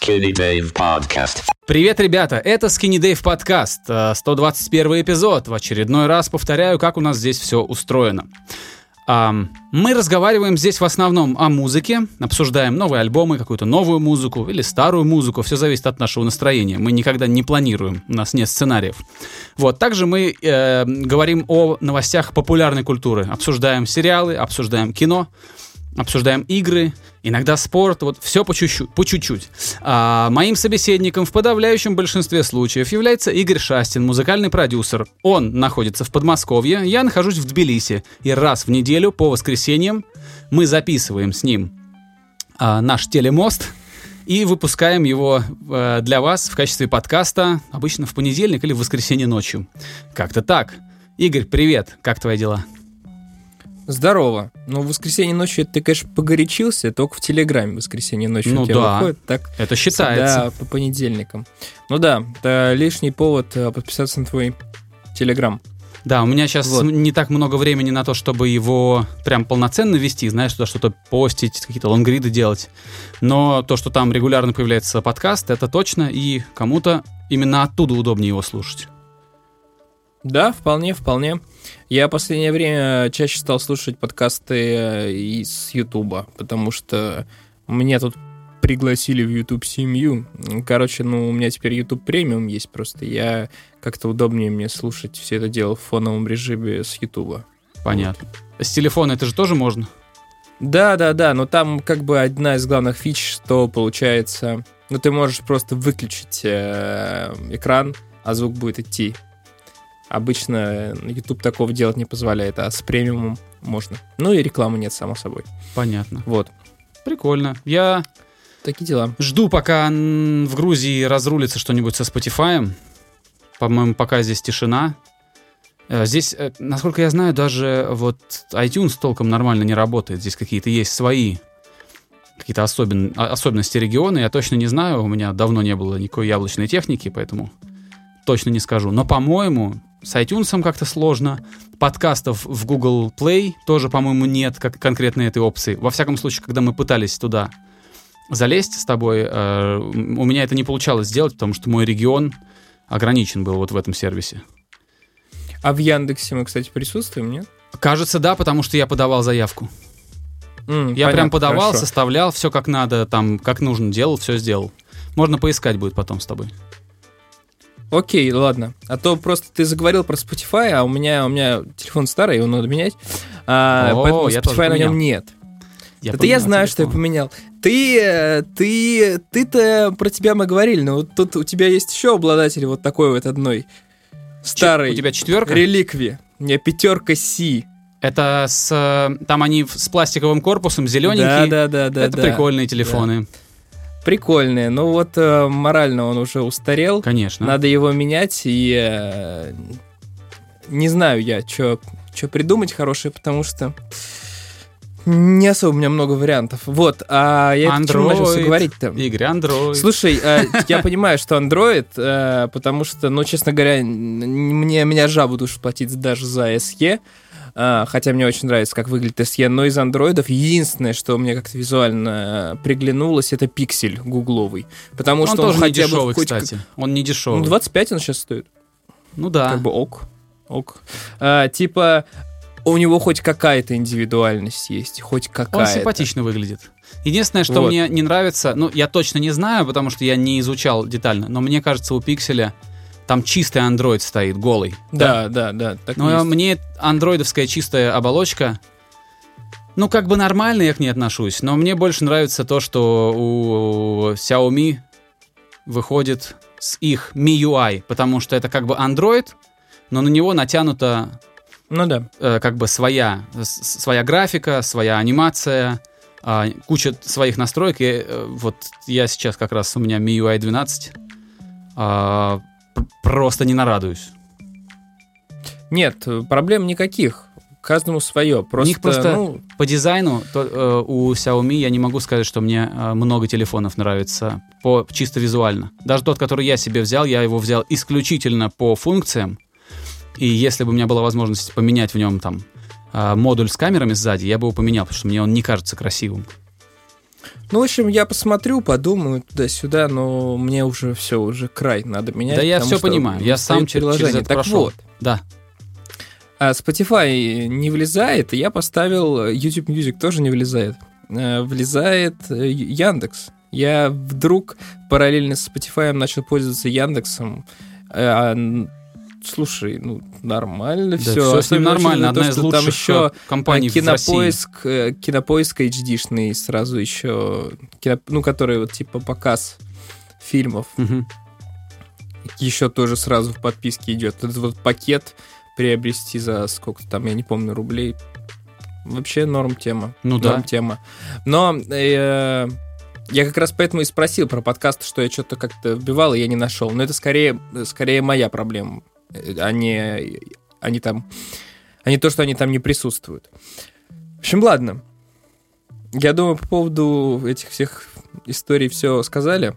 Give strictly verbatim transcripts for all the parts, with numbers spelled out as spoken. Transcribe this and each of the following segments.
Skinny Dave Podcast. Привет, ребята, это Skinny Dave Podcast, сто двадцать первый эпизод. В очередной раз повторяю, как у нас здесь все устроено. Мы разговариваем здесь в основном о музыке, обсуждаем новые альбомы, какую-то новую музыку или старую музыку, все зависит от нашего настроения. Мы никогда не планируем, у нас нет сценариев. Вот, также мы э, говорим о новостях популярной культуры, обсуждаем сериалы, обсуждаем кино, обсуждаем игры, иногда спорт, вот все по чуть-чуть. По чуть-чуть. А моим собеседником в подавляющем большинстве случаев является Игорь Шастин, музыкальный продюсер. Он находится в Подмосковье, я нахожусь в Тбилиси. И раз в неделю по воскресеньям мы записываем с ним а, наш телемост и выпускаем его а, для вас в качестве подкаста, обычно в понедельник или в воскресенье ночью. Как-то так. Игорь, привет, как твои дела? Здорово. Ну, в воскресенье ночью ты, конечно, погорячился, только в Телеграме в воскресенье ночью ну у тебя да, выходит. Так, это считается. Да, по понедельникам. Ну да, это лишний повод подписаться на твой Телеграм. Да, у меня сейчас вот. не так много времени на то, чтобы его прям полноценно вести, знаешь, туда что-то постить, какие-то лонгриды делать. Но то, что там регулярно появляется подкаст, это точно, и кому-то именно оттуда удобнее его слушать. Да, вполне, вполне. Я в последнее время чаще стал слушать подкасты из Ютуба, потому что меня тут пригласили в YouTube семью. Короче, ну, у меня теперь YouTube премиум есть просто. Я как-то удобнее мне слушать все это дело в фоновом режиме с Ютуба. Понятно. Вот. С телефона это же тоже можно? Да, да, да, но там как бы одна из главных фич, что получается, ну, ты можешь просто выключить э, экран, а звук будет идти. Обычно YouTube такого делать не позволяет, а с премиумом можно. Ну и рекламы нет, само собой. Понятно. Вот. Прикольно. Я Такие дела. Жду, пока в Грузии разрулится что-нибудь со Spotify. По-моему, пока здесь тишина. Здесь, насколько я знаю, даже вот iTunes толком нормально не работает. Здесь какие-то есть свои какие-то особен... особенности региона. Я точно не знаю. У меня давно не было никакой яблочной техники, поэтому точно не скажу. Но, по-моему, с iTunes как-то сложно. Подкастов в Google Play тоже, по-моему, нет как конкретно этой опции. Во всяком случае, когда мы пытались туда залезть с тобой, э, у меня это не получалось сделать, потому что мой регион ограничен был вот в этом сервисе. А в Яндексе мы, кстати, присутствуем, нет? Кажется, да, потому что я подавал заявку. Mm, я понятно, прям подавал, хорошо. составлял, все как надо, там, как нужно делал, все сделал. Можно поискать будет потом с тобой. Окей, ладно. А то просто ты заговорил про Spotify, а у меня, у меня телефон старый, его надо менять. А, О, поэтому я Spotify на нем нет. Я Это я знаю, телефон. Что я поменял. Ты, ты, ты-то про тебя мы говорили, но вот тут у тебя есть еще обладатель вот такой вот одной старой. Ч- у тебя четверка? Реликвии. У меня пятерка Си. Это с, там они с пластиковым корпусом, зелененькие. Да, да, да, да. Это да, прикольные телефоны. Да. Прикольные, но вот э, морально он уже устарел. Конечно. Надо его менять, и э, не знаю я, что придумать хорошее, потому что не особо у меня много вариантов. Вот, а я Android, почему начал говорить-то? Игры Android. Слушай, э, я понимаю, что Android, э, потому что, ну, честно говоря, мне, меня жабу душу платить даже за эс и. А, хотя мне очень нравится, как выглядит эс и, но из андроидов единственное, что мне как-то визуально приглянулось, это пиксель гугловый. Потому он что тоже он не хотя дешевый, бы хоть кстати. Как... Он не дешевый. Ну, двадцать пять он сейчас стоит. Ну да. Как бы ок. ок. А, типа, у него хоть какая-то индивидуальность есть, хоть какая-то. Он симпатично выглядит. Единственное, что вот. мне не нравится, ну, я точно не знаю, потому что я не изучал детально, но мне кажется, у пикселя там чистый Android стоит, голый. Да, да, да. да так но есть. Мне андроидовская чистая оболочка, ну, как бы нормально я к ней отношусь, но мне больше нравится то, что у Xiaomi выходит с их эм и ю ай, потому что это как бы Android, но на него натянута ну, да. э, как бы своя, с, своя графика, своя анимация, э, куча своих настроек. И, э, вот я сейчас как раз, у меня эм и ю ай двенадцать, э, просто не нарадуюсь. Нет, проблем никаких. Каждому свое. Просто, у них просто ну... по дизайну то, э, у Xiaomi я не могу сказать, что мне э, много телефонов нравится по, чисто визуально. Даже тот, который я себе взял, я его взял исключительно по функциям. И если бы у меня была возможность поменять в нем там э, модуль с камерами сзади, я бы его поменял, потому что мне он не кажется красивым. Ну, в общем, я посмотрю, подумаю туда-сюда, но мне уже все, уже край надо менять. Да я все понимаю, я сам через, через это так прошел. Вот. Да. А Spotify не влезает, и я поставил YouTube Music, тоже не влезает. Влезает Яндекс. Я вдруг параллельно с Spotify начал пользоваться Яндексом. Слушай, ну, нормально да, все. Все с ним нормально. Одна то, из лучших там еще компаний кинопоиск, в России. Кинопоиск эйч ди-шный сразу еще, кино, ну, который вот типа показ фильмов. Угу. Еще тоже сразу в подписке идет. Этот вот пакет приобрести за сколько там, я не помню, рублей. Вообще норм тема. Ну норм да. тема. Но э, я как раз поэтому и спросил про подкаст, что я что-то как-то вбивал, и я не нашел. Но это скорее, скорее моя проблема, а не, а не там, а не то, что они там не присутствуют. В общем, ладно. Я думаю, по поводу этих всех историй все сказали.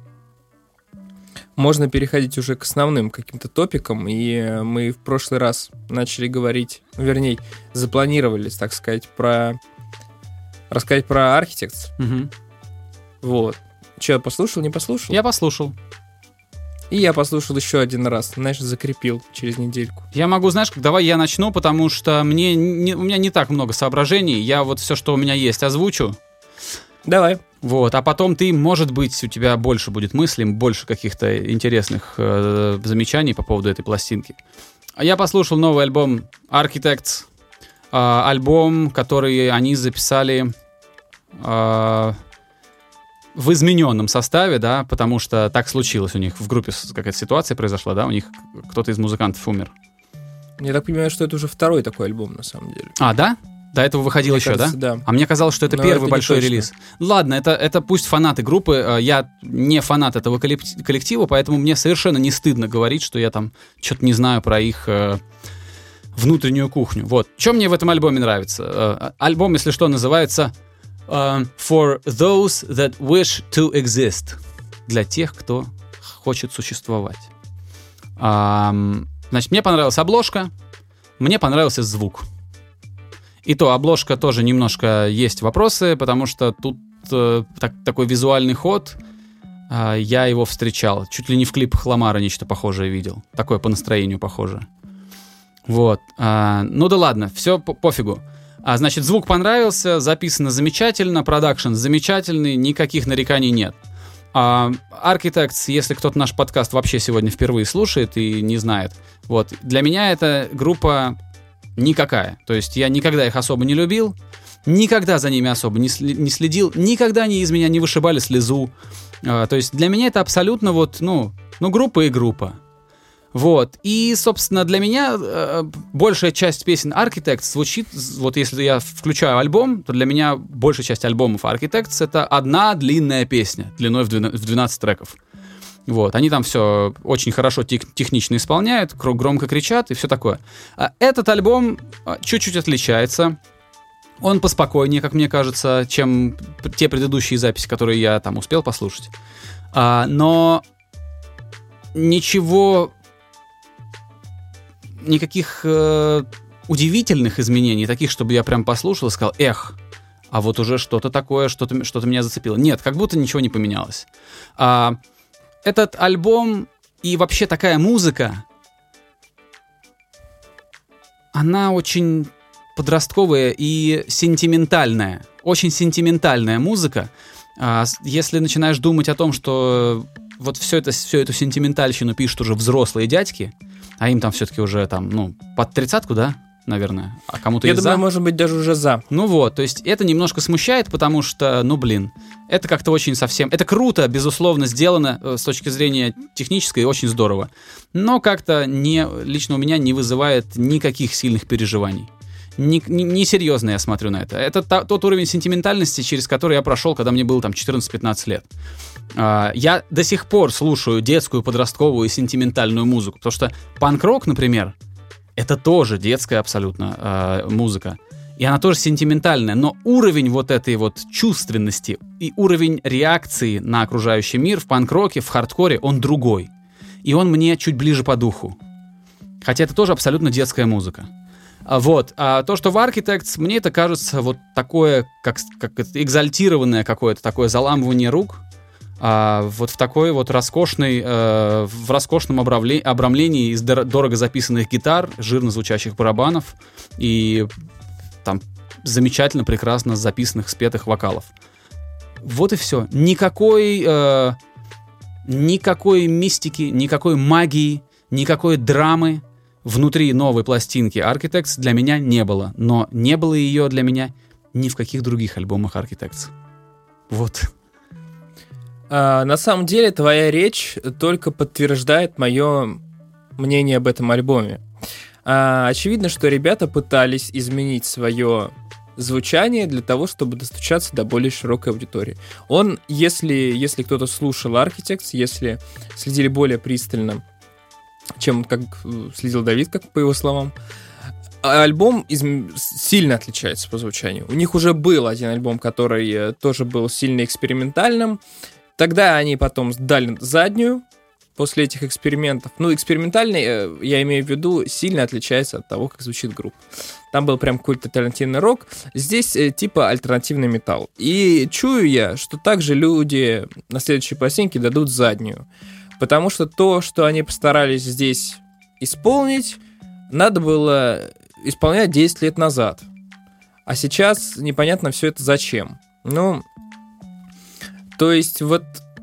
Можно переходить уже к основным каким-то топикам, и мы в прошлый раз начали говорить, вернее, запланировали, так сказать, про рассказать про Architects. Угу. Вот. Че, послушал, не послушал? Я послушал. И я послушал еще один раз, знаешь, закрепил через недельку. Я могу, знаешь, как, давай я начну, потому что мне не, у меня не так много соображений. Я вот все, что у меня есть, озвучу. Давай. Вот, а потом ты, может быть, у тебя больше будет мыслей, больше каких-то интересных э, замечаний по поводу этой пластинки. Я послушал новый альбом Architects, э, альбом, который они записали э, в измененном составе, да, потому что так случилось у них в группе, какая-то ситуация произошла, да, у них кто-то из музыкантов умер. Я так понимаю, что это уже второй такой альбом, на самом деле. А, да? До этого выходил Мне еще, кажется, да? да? А мне казалось, что это Но первый это большой точно. релиз. Ладно, это, это пусть фанаты группы. Я не фанат этого коллектива, поэтому мне совершенно не стыдно говорить, что я там что-то не знаю про их э, внутреннюю кухню. Вот. Что мне в этом альбоме нравится? Э, альбом, если что, называется э, For Those That Wish to Exist. Для тех, кто хочет существовать. А, значит, мне понравилась обложка, мне понравился звук. И то, обложка тоже немножко есть вопросы, потому что тут э, так, такой визуальный ход, э, я его встречал. Чуть ли не в клипах Ламара нечто похожее видел. Такое по настроению похоже. Вот. А, ну да ладно, все по- пофигу. А, значит, звук понравился, записано замечательно, продакшн замечательный, никаких нареканий нет. А, Architects, если кто-то наш подкаст вообще сегодня впервые слушает и не знает, вот, для меня эта группа... Никакая. То есть я никогда их особо не любил, никогда за ними особо не, сли- не следил, никогда они из меня не вышибали слезу. А, то есть для меня это абсолютно вот, ну, ну, группа и группа. Вот. И, собственно, для меня э, большая часть песен Architects звучит, вот если я включаю альбом, то для меня большая часть альбомов Architects — это одна длинная песня, длиной в двенадцать треков. Вот, они там все очень хорошо тех, технично исполняют, громко кричат и все такое. А этот альбом чуть-чуть отличается. Он поспокойнее, как мне кажется, чем те предыдущие записи, которые я там успел послушать. А, но ничего, никаких э, удивительных изменений, таких, чтобы я прям послушал и сказал, эх, а вот уже что-то такое, что-то, что-то меня зацепило. Нет, как будто ничего не поменялось. А, Этот альбом и вообще такая музыка, она очень подростковая и сентиментальная. Очень сентиментальная музыка. Если начинаешь думать о том, что вот все это, всю эту сентиментальщину пишут уже взрослые дядьки, а им там все-таки уже там, ну, под тридцатку, да? Наверное. А кому-то Я и думаю, за. может быть, даже уже за. Ну вот, то есть это немножко смущает, потому что, ну блин, это как-то очень совсем... Это круто, безусловно, сделано э, с точки зрения технической, очень здорово. Но как-то не, лично у меня не вызывает никаких сильных переживаний. Несерьезно я смотрю на это. Это та, тот уровень сентиментальности, через который я прошел, когда мне было там четырнадцать-пятнадцать лет. Uh, я до сих пор слушаю детскую, подростковую и сентиментальную музыку, потому что панк-рок, например, это тоже детская абсолютно uh, музыка. И она тоже сентиментальная, но уровень вот этой вот чувственности и уровень реакции на окружающий мир в панк-роке, в хардкоре, он другой. И он мне чуть ближе по духу. Хотя это тоже абсолютно детская музыка. А, вот. А то, что в Architects, мне это кажется вот такое, как, как экзальтированное какое-то такое заламывание рук, а, вот в такой вот роскошной, э, в роскошном обрамлении, обрамлении из дор- дорого записанных гитар, жирно звучащих барабанов и там замечательно, прекрасно записанных, спетых вокалов. Вот и все. Никакой, э, никакой мистики, никакой магии, никакой драмы внутри новой пластинки Architects для меня не было. Но не было ее для меня ни в каких других альбомах Architects. Вот. А, на самом деле, твоя речь только подтверждает мое мнение об этом альбоме. А, очевидно, что ребята пытались изменить свое звучание для того, чтобы достучаться до более широкой аудитории. Он, если, если кто-то слушал Architects, если следили более пристально, чем как следил Давид, как по его словам, альбом из... сильно отличается по звучанию. У них уже был один альбом, который тоже был сильно экспериментальным. Тогда они потом дали заднюю после этих экспериментов. Ну, экспериментальный, я имею в виду, сильно отличается от того, как звучит группа. Там был прям какой-то альтернативный рок. Здесь типа альтернативный металл. И чую я, что также люди на следующей пластинке дадут заднюю. Потому что то, что они постарались здесь исполнить, надо было исполнять десять лет назад. А сейчас непонятно все это зачем. Ну, то есть вот...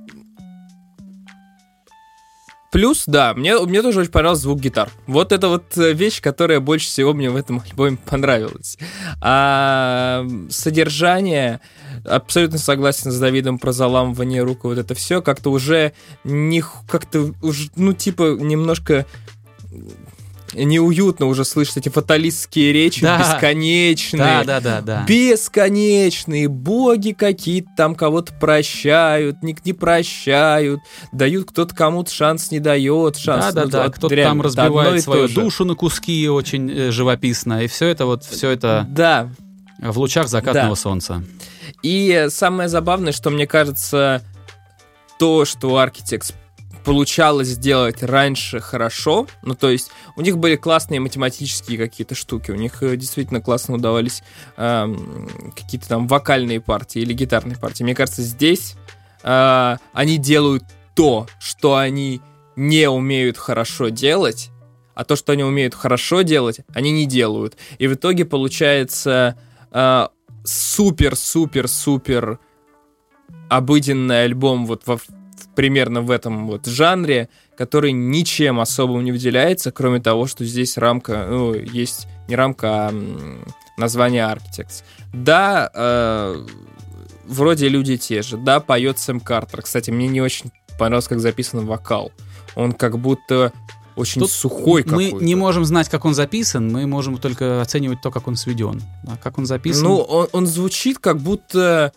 Плюс, да, мне, мне тоже очень понравился звук гитар. Вот это вот вещь, которая больше всего мне в этом альбоме понравилась. А содержание... Абсолютно согласен с Давидом про заламывание рук, вот это все как-то уже не... Как-то уже, ну, типа, немножко... неуютно уже слышать эти фаталистские речи, да, бесконечные. Да, да, да, да. Бесконечные. Боги какие-то там кого-то прощают, не, не прощают, дают кто-то кому-то шанс, не дает шанс. Да, да, ну, да. Вот, кто-то реально, там разбивает свою душу на куски очень э, живописно. И все это вот, все это да. в лучах закатного да. солнца. И самое забавное, что мне кажется, то, что Architects получалось сделать раньше хорошо, ну, то есть у них были классные математические какие-то штуки, у них действительно классно удавались э, какие-то там вокальные партии или гитарные партии. Мне кажется, здесь э, они делают то, что они не умеют хорошо делать, а то, что они умеют хорошо делать, они не делают. И в итоге получается э, супер-супер-супер обыденный альбом вот во примерно в этом вот жанре, который ничем особым не выделяется, кроме того, что здесь рамка, ну, есть не рамка, а название Architects. Да, э, вроде люди те же, да, поет Сэм Картер. Кстати, мне не очень понравилось, как записан вокал. Он как будто очень Тут сухой мы какой-то. Не можем знать, как он записан, мы можем только оценивать то, как он сведен. А как он записан? Ну, он, он звучит как будто...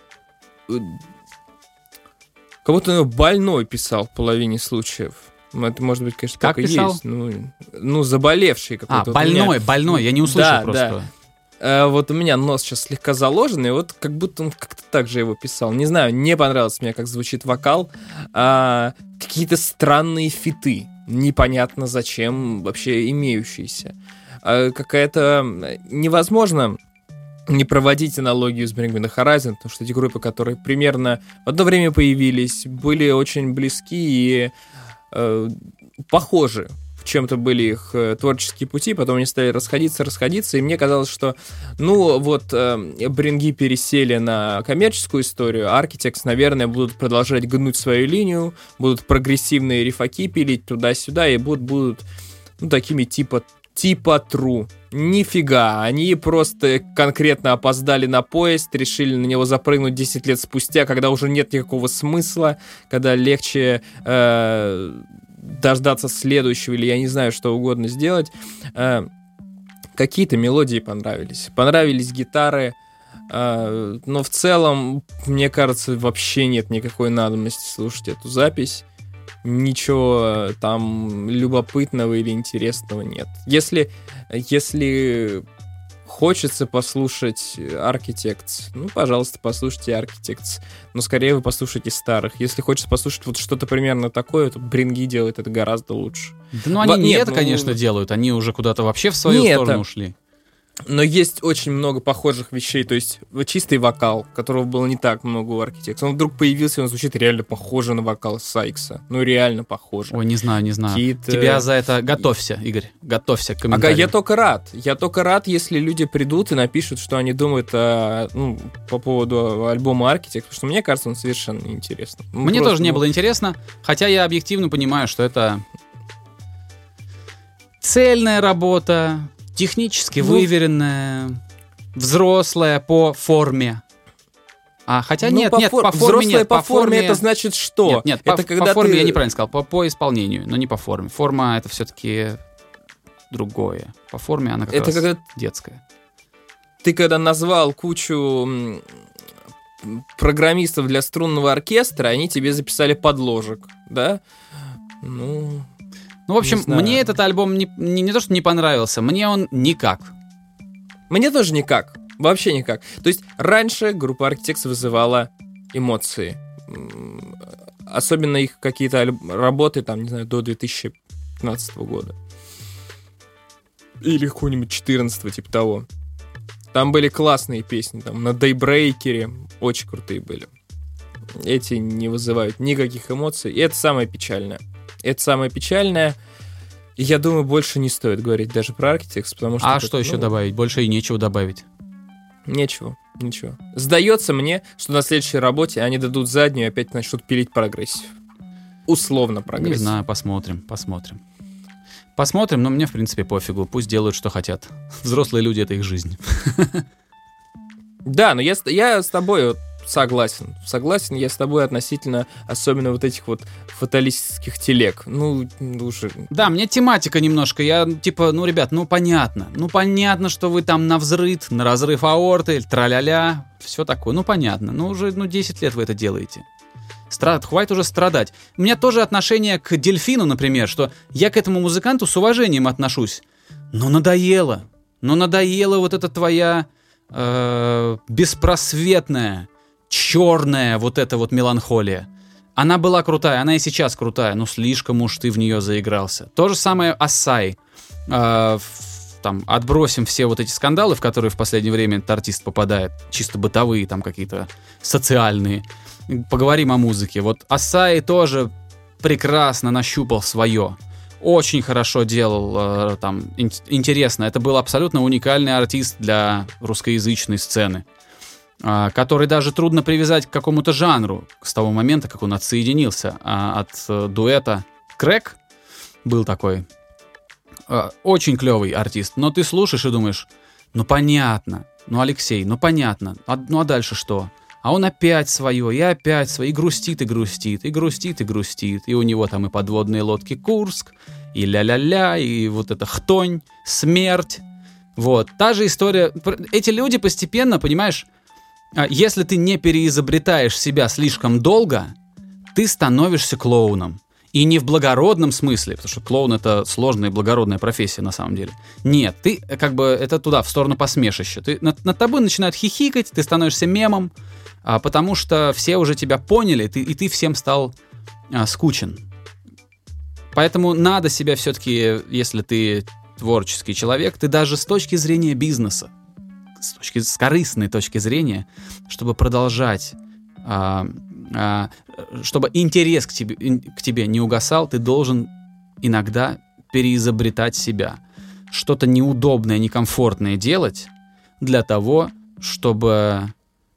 Как будто он больной писал в половине случаев. Это, может быть, конечно, как так и писал? есть. Ну, ну, заболевший какой-то. А, больной, меня... больной, я не услышал да, просто. Да. А, вот у меня нос сейчас слегка заложенный, вот как будто он как-то так же его писал. Не знаю, не понравилось мне, как звучит вокал. А, какие-то странные фиты, непонятно зачем вообще имеющиеся. А, какая-то... Невозможно не проводить аналогию с Bring Me The Horizon, потому что эти группы, которые примерно в одно время появились, были очень близки и э, похожи. В чем-то были их э, творческие пути, потом они стали расходиться, расходиться, и мне казалось, что, ну, вот, э, Бринги пересели на коммерческую историю, Architects, наверное, будут продолжать гнуть свою линию, будут прогрессивные рифаки пилить туда-сюда, и будут, будут ну, такими типа Типа True. Нифига, они просто конкретно опоздали на поезд, решили на него запрыгнуть десять лет спустя, когда уже нет никакого смысла, когда легче э, дождаться следующего, или я не знаю, что угодно сделать. Э, какие-то мелодии понравились. Понравились гитары, э, но в целом, мне кажется, вообще нет никакой надобности слушать эту запись. Ничего там любопытного или интересного нет. Если, если хочется послушать Architects, ну, пожалуйста, послушайте Architects. Но скорее вы послушайте старых. Если хочется послушать вот что-то примерно такое, то Бринги делают это гораздо лучше. Да, ну, они Во, не нет, это, ну, конечно, делают. Они уже куда-то вообще в свою не сторону это. ушли. Но есть очень много похожих вещей, то есть чистый вокал, которого было не так много у Architects. Он вдруг появился, он звучит реально похоже на вокал Сайкса. Ну, реально похоже. Ой, не знаю, не знаю. Какие-то... Тебя за это... Готовься, Игорь, готовься к комментариям. Ага, я только рад. Я только рад, если люди придут и напишут, что они думают о, ну, по поводу альбома Architects, потому что мне кажется, он совершенно неинтересный. Ну, Мне просто, тоже не ну... было интересно, хотя я объективно понимаю, что это цельная работа, технически Ну... выверенная, взрослая по форме. А, хотя ну, нет, по нет, фор... по форме Взрослая нет. по, по форме, форме это значит что? Нет, нет, это по, когда по форме ты... я неправильно сказал, по, по исполнению, но не по форме. Форма — это все-таки другое. По форме она как это раз когда... детская. Ты когда назвал кучу программистов для струнного оркестра, они тебе записали подложек, да? Ну... Ну, в общем, мне этот альбом не, не, не то, что не понравился, мне он никак. Мне тоже никак. Вообще никак. То есть раньше группа Architects вызывала эмоции. Особенно их какие-то работы, там, не знаю, до две тысячи пятнадцатого года. Или какого-нибудь четырнадцатого, типа того. Там были классные песни. Там на Daybreaker'е очень крутые были. Эти не вызывают никаких эмоций. И это самое печальное. Это самое печальное. И я думаю, больше не стоит говорить даже про Architects, потому что... А это, что еще ну, добавить? Больше и нечего добавить. Нечего, ничего. Сдается мне, что на следующей работе они дадут заднюю и опять начнут пилить прогрессив. Условно прогрессив. Не знаю, посмотрим, посмотрим. Посмотрим, но мне, в принципе, пофигу. Пусть делают, что хотят. Взрослые люди — это их жизнь. Да, но я, я с тобой вот согласен. Согласен я с тобой относительно особенно вот этих вот фаталистических телег. Ну, уже... Да, мне тематика немножко. Я, типа, ну, ребят, ну, понятно. Ну, понятно, что вы там на взрыв, на разрыв аорты, тра-ля-ля. Все такое. Ну, понятно. Ну, уже, ну, десять лет вы это делаете. Страд... Хватит уже страдать. У меня тоже отношение к Дельфину, например, что я к этому музыканту с уважением отношусь. Но надоело. Но надоела вот эта твоя э, беспросветная, черная вот эта вот меланхолия. Она была крутая, она и сейчас крутая, но слишком уж ты в нее заигрался. То же самое Ассай. Э, там, отбросим все вот эти скандалы, в которые в последнее время этот артист попадает, чисто бытовые, там какие-то социальные. Поговорим о музыке. Вот Ассай тоже прекрасно нащупал свое. Очень хорошо делал, э, там, ин- интересно. Это был абсолютно уникальный артист для русскоязычной сцены, э, который даже трудно привязать к какому-то жанру с того момента, как он отсоединился э, от э, дуэта. Крэк был такой. Э, очень клевый артист. Но ты слушаешь и думаешь, ну понятно, ну Алексей, ну понятно. А, ну а дальше что? А он опять свое, и опять свое, и грустит, и грустит, и грустит, и грустит. И у него там и подводные лодки Курск, и ля-ля-ля, и вот эта хтонь, смерть. Вот, та же история. Эти люди постепенно, понимаешь, если ты не переизобретаешь себя слишком долго, ты становишься клоуном. И не в благородном смысле, потому что клоун — это сложная и благородная профессия на самом деле. Нет, ты как бы это туда, в сторону посмешища. Ты, над, над тобой начинают хихикать, ты становишься мемом, а, потому что все уже тебя поняли, ты, и ты всем стал а, скучен. Поэтому надо себя все-таки, если ты творческий человек, ты даже с точки зрения бизнеса, с, точки, с корыстной точки зрения, чтобы продолжать... А, а, чтобы интерес к тебе, к тебе не угасал, ты должен иногда переизобретать себя. Что-то неудобное, некомфортное делать для того, чтобы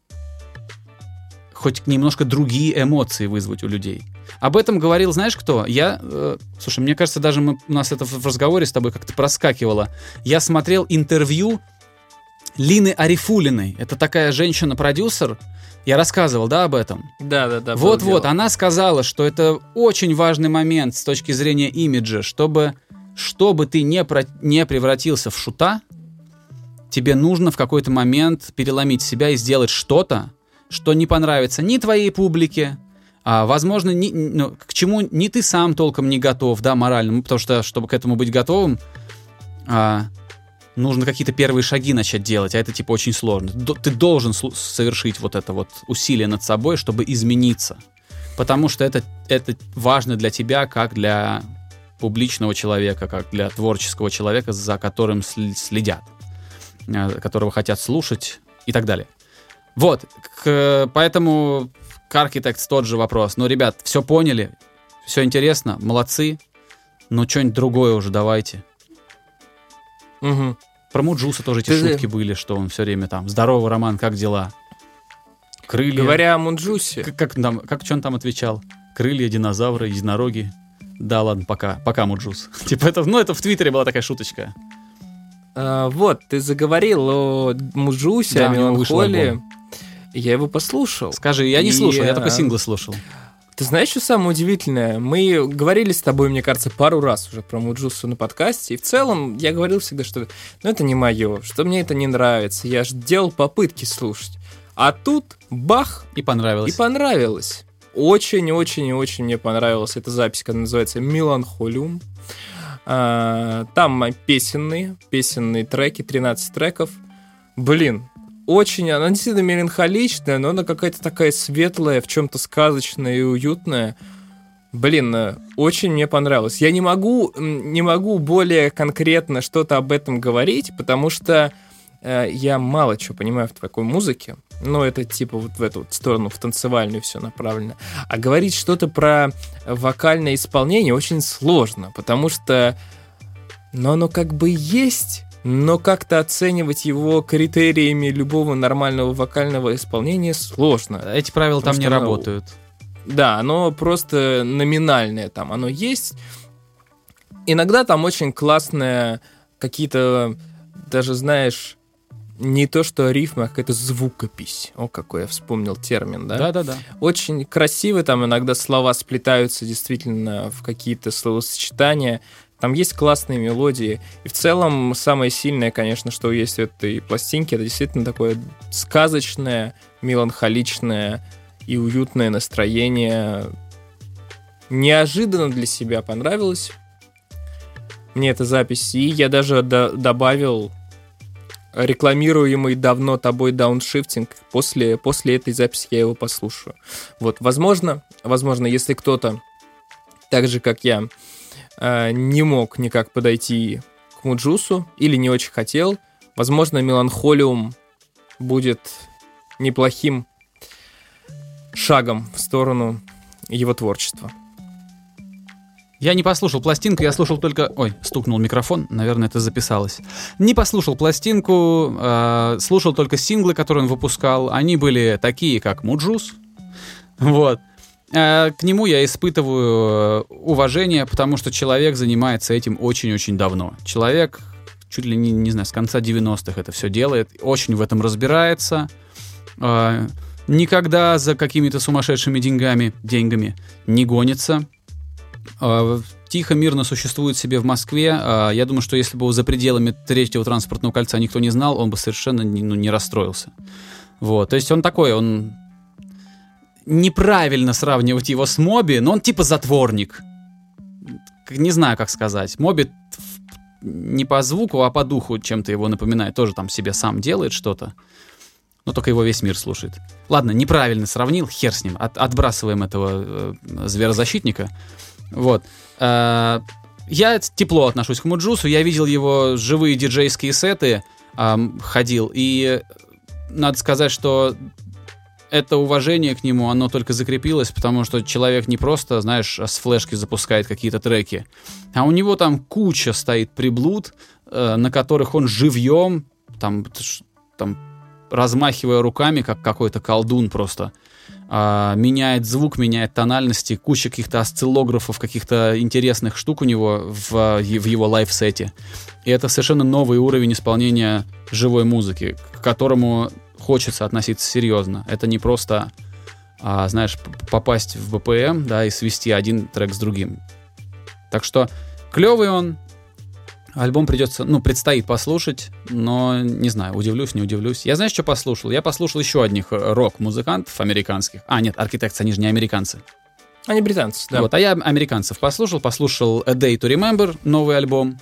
хоть немножко другие эмоции вызвать у людей. Об этом говорил, знаешь кто? Я, э, слушай, мне кажется, даже мы, у нас это в разговоре с тобой как-то проскакивало. Я смотрел интервью Лины Арифулиной. Это такая женщина-продюсер. Я рассказывал, да, об этом? Да, да, да. Вот-вот, она сказала, что это очень важный момент с точки зрения имиджа, чтобы, чтобы ты не, про, не превратился в шута, тебе нужно в какой-то момент переломить себя и сделать что-то, что не понравится ни твоей публике, а, возможно, ни, ну, к чему ни ты сам толком не готов, да, морально, потому что, чтобы к этому быть готовым, а, нужно какие-то первые шаги начать делать, а это типа очень сложно. Ты должен совершить вот это вот усилие над собой, чтобы измениться. Потому что это, это важно для тебя, как для публичного человека, как для творческого человека, за которым следят. э, которого хотят слушать и так далее. Вот, к, поэтому к Architects тот же вопрос. Ну, ребят, все поняли, все интересно, молодцы, но что-нибудь другое уже давайте. Угу. Про Муджуса тоже эти Ты шутки же... были, что он все время там: здорово, Роман, как дела? Крылья. Говоря о Муджусе. Как, как, там, как что он там отвечал? Крылья, динозавры, единороги. Да ладно, пока, пока, Муджус. Типа это, ну это в Твиттере была такая шуточка. А, вот, ты заговорил о Муджусе, Да, о у него вышел меланхолии. альбом. Я его послушал. Скажи, я не И, слушал, я только а, синглы слушал. Ты знаешь, что самое удивительное? Мы говорили с тобой, мне кажется, пару раз уже про Муджусу на подкасте, и в целом я говорил всегда, что ну это не мое, что мне это не нравится, я же делал попытки слушать. А тут бах! И понравилось. И понравилось. Очень-очень и очень мне понравилась эта запись, которая называется «Меланхолиум». А, там песенные, песенные треки, тринадцать треков. Блин, очень, она действительно меланхоличная, но она какая-то такая светлая, в чем-то сказочная и уютная. Блин, очень мне понравилось. Я не могу, не могу более конкретно что-то об этом говорить, потому что э, я мало чего понимаю в такой музыке. Но это типа вот в эту вот сторону, в танцевальную все направлено. А говорить что-то про вокальное исполнение очень сложно, потому что ну, оно как бы есть, но как-то оценивать его критериями любого нормального вокального исполнения сложно. Эти правила там не оно, работают. Да, оно просто номинальное там, оно есть. Иногда там очень классные какие-то, даже знаешь, не то что рифма, а какая-то звукопись. О, какой я вспомнил термин, да? Да-да-да. Очень красиво, там иногда слова сплетаются действительно в какие-то словосочетания. Там есть классные мелодии. И в целом самое сильное, конечно, что есть в этой пластинке, это действительно такое сказочное, меланхоличное и уютное настроение. Неожиданно для себя понравилось мне эта запись. И я даже до- добавил рекламируемый давно тобой дауншифтинг. После, после этой записи я его послушаю. Вот, возможно, возможно, если кто-то, так же, как я, не мог никак подойти к Муджусу или не очень хотел, возможно, Меланхолиум будет неплохим шагом в сторону его творчества. Я не послушал пластинку, я слушал только... Ой, стукнул микрофон, наверное, это записалось. Не послушал пластинку, э, слушал только синглы, которые он выпускал. Они были такие, как Муджус. Вот. Э, к нему я испытываю уважение, потому что человек занимается этим очень-очень давно. Человек, чуть ли не, не знаю, с конца девяностых это все делает, очень в этом разбирается. Э, никогда за какими-то сумасшедшими деньгами, деньгами не гонится. Тихо, мирно существует себе в Москве. Я думаю, что если бы за пределами третьего транспортного кольца никто не знал, он бы совершенно не, ну, не расстроился. Вот. То есть он такой, он... Неправильно сравнивать его с Моби, но он типа затворник. Не знаю, как сказать. Моби не по звуку, а по духу чем-то его напоминает. Тоже там себе сам делает что-то. Но только его весь мир слушает. Ладно, неправильно сравнил, хер с ним. От, отбрасываем этого э, зверозащитника. Вот. Я тепло отношусь к Муджусу. Я видел его живые диджейские сеты, ходил. И надо сказать, что это уважение к нему, оно только закрепилось, потому что человек не просто, знаешь, с флешки запускает какие-то треки, а у него там куча стоит приблуд, на которых он живьем, там, там размахивая руками, как какой-то колдун просто, Uh, меняет звук, меняет тональности, куча каких-то осциллографов, каких-то интересных штук у него в, в его лайв-сете. И это совершенно новый уровень исполнения живой музыки, к которому хочется относиться серьезно. Это не просто, uh, знаешь, попасть в би пи эм, да, и свести один трек с другим. Так что клевый он. Альбом придется, ну, предстоит послушать, но не знаю, удивлюсь, не удивлюсь. Я, знаешь, что послушал? Я послушал еще одних рок-музыкантов американских. А, нет, Architects, они же не американцы. Они британцы, да. Вот, а я американцев послушал. Послушал A Day to Remember, новый альбом.